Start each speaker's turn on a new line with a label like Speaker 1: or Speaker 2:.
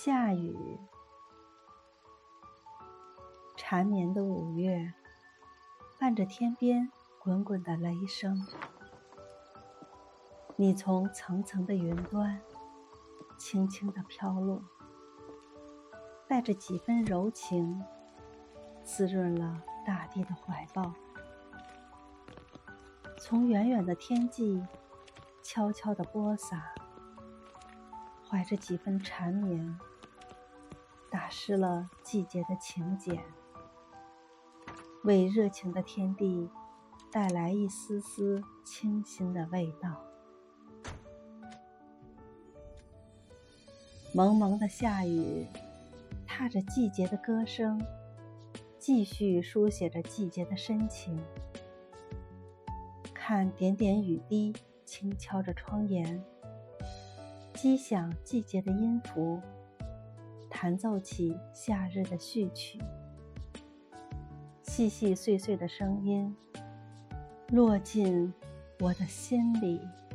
Speaker 1: 下雨，缠绵的5月，伴着天边滚滚的雷声。你从层层的云端轻轻地飘落，带着几分柔情，滋润了大地的怀抱。从远远的天际悄悄地播撒，怀着几分缠绵，打湿了季节的情茧，为热情的天地带来一丝丝清新的味道。蒙蒙的下雨，踏着季节的歌声，继续书写着季节的深情。看点点雨滴轻敲着窗沿，击响季节的音符，弹奏起夏日的序曲。细细碎碎的声音落进我的心里。